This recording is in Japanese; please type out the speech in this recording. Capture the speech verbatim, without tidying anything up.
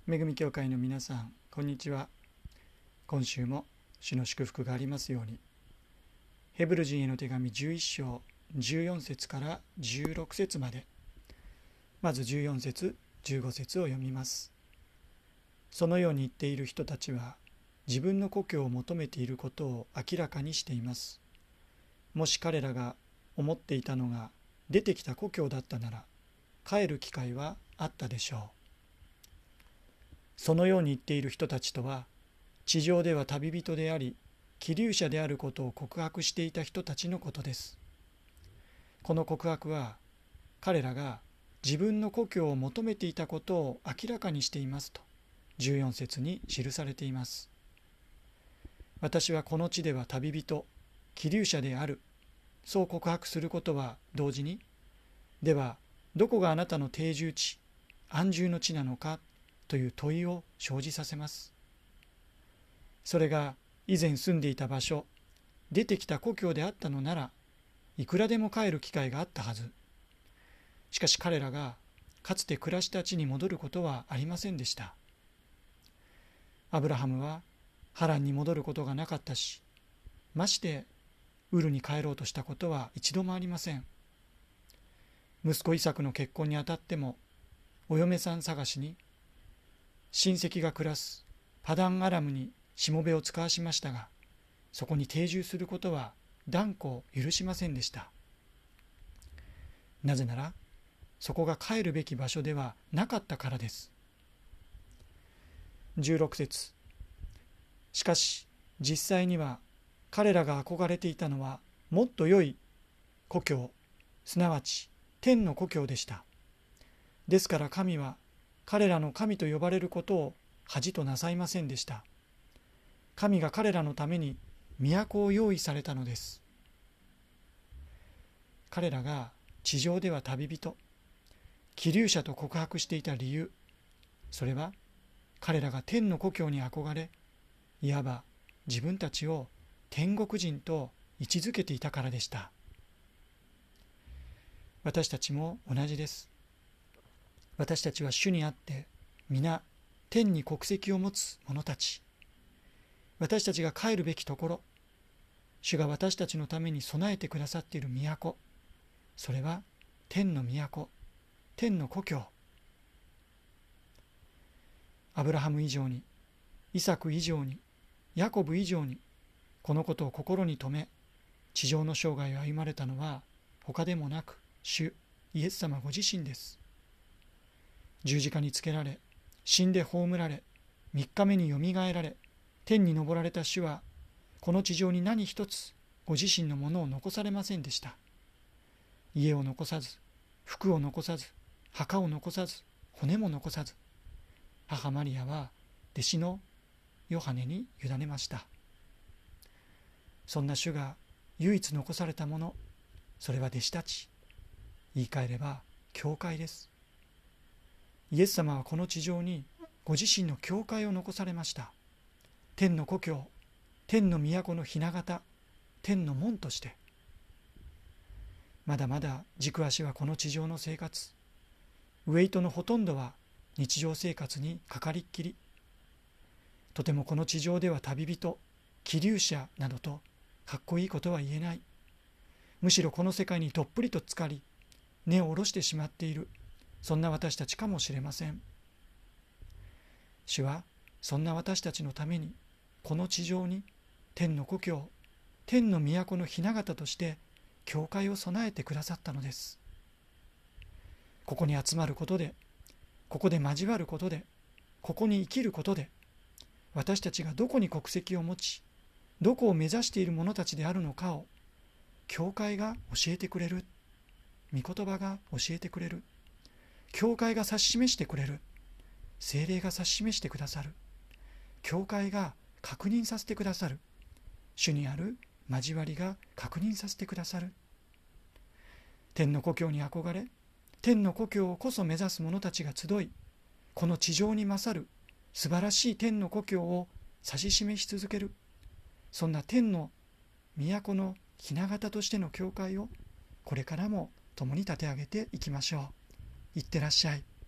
恵み教会の皆さん、こんにちは。今週も主の祝福がありますように。ヘブル人への手紙じゅういっ章じゅうよん節からじゅうろく節まで、まずじゅうよん節じゅうご節を読みます。そのように言っている人たちは自分の故郷を求めていることを明らかにしています。もし彼らが思っていたのが出てきた故郷だったなら、帰る機会はあったでしょう。そのように言っている人たちとは、地上では旅人であり、寄留者であることを告白していた人たちのことです。この告白は、彼らが自分の故郷を求めていたことを明らかにしていますと、じゅうよん節に記されています。私はこの地では旅人、寄留者である、そう告白することは同時に、では、どこがあなたの定住地、安住の地なのかという問いを生じさせます。それが以前住んでいた場所、出てきた故郷であったのなら、いくらでも帰る機会があったはず。しかし彼らがかつて暮らした地に戻ることはありませんでした。アブラハムはハランに戻ることがなかったし、ましてウルに帰ろうとしたことは一度もありません。息子イサクの結婚にあたっても、お嫁さん探しに親戚が暮らすパダンアラムにしもべを使わしましたが、そこに定住することは断固許しませんでした。なぜなら、そこが帰るべき場所ではなかったからです。じゅうろく節。しかし実際には彼らが憧れていたのはもっと良い故郷、すなわち天の故郷でした。ですから神は彼らの神と呼ばれることを恥となさいませんでした。神が彼らのために都を用意されたのです。彼らが地上では旅人、寄留者と告白していた理由、それは彼らが天の故郷に憧れ、いわば自分たちを天国人と位置づけていたからでした。私たちも同じです。私たちは主にあって皆天に国籍を持つ者たち。私たちが帰るべきところ、主が私たちのために備えてくださっている都、それは天の都、天の故郷。アブラハム以上に、イサク以上に、ヤコブ以上に、このことを心に留め、地上の生涯を歩まれたのは他でもなく主イエス様ご自身です。十字架につけられ、死んで葬られ、三日目によみがえられ、天に昇られた主は、この地上に何一つご自身のものを残されませんでした。家を残さず、服を残さず、墓を残さず、骨も残さず、母マリアは弟子のヨハネに委ねました。そんな主が唯一残されたもの、それは弟子たち、言い換えれば教会です。イエス様はこの地上にご自身の教会を残されました。天の故郷、天の都の雛形、天の門として。まだまだ軸足はこの地上の生活、ウェイトのほとんどは日常生活にかかりっきり。とてもこの地上では旅人、寄留者などとかっこいいことは言えない。むしろこの世界にどっぷりと浸かり、根を下ろしてしまっている、そんな私たちかもしれません。主はそんな私たちのために、この地上に天の故郷、天の都の雛形として教会を備えてくださったのです。ここに集まることで、ここで交わることで、ここに生きることで、私たちがどこに国籍を持ち、どこを目指している者たちであるのかを、教会が教えてくれる。御言葉が教えてくれる。教会が指し示してくれる。聖霊が指し示してくださる。教会が確認させてくださる。主にある交わりが確認させてくださる。天の故郷に憧れ、天の故郷をこそ目指す者たちが集い、この地上に勝る素晴らしい天の故郷を指し示し続ける。そんな天の都の雛形としての教会をこれからも共に立て上げていきましょう。いってらっしゃい。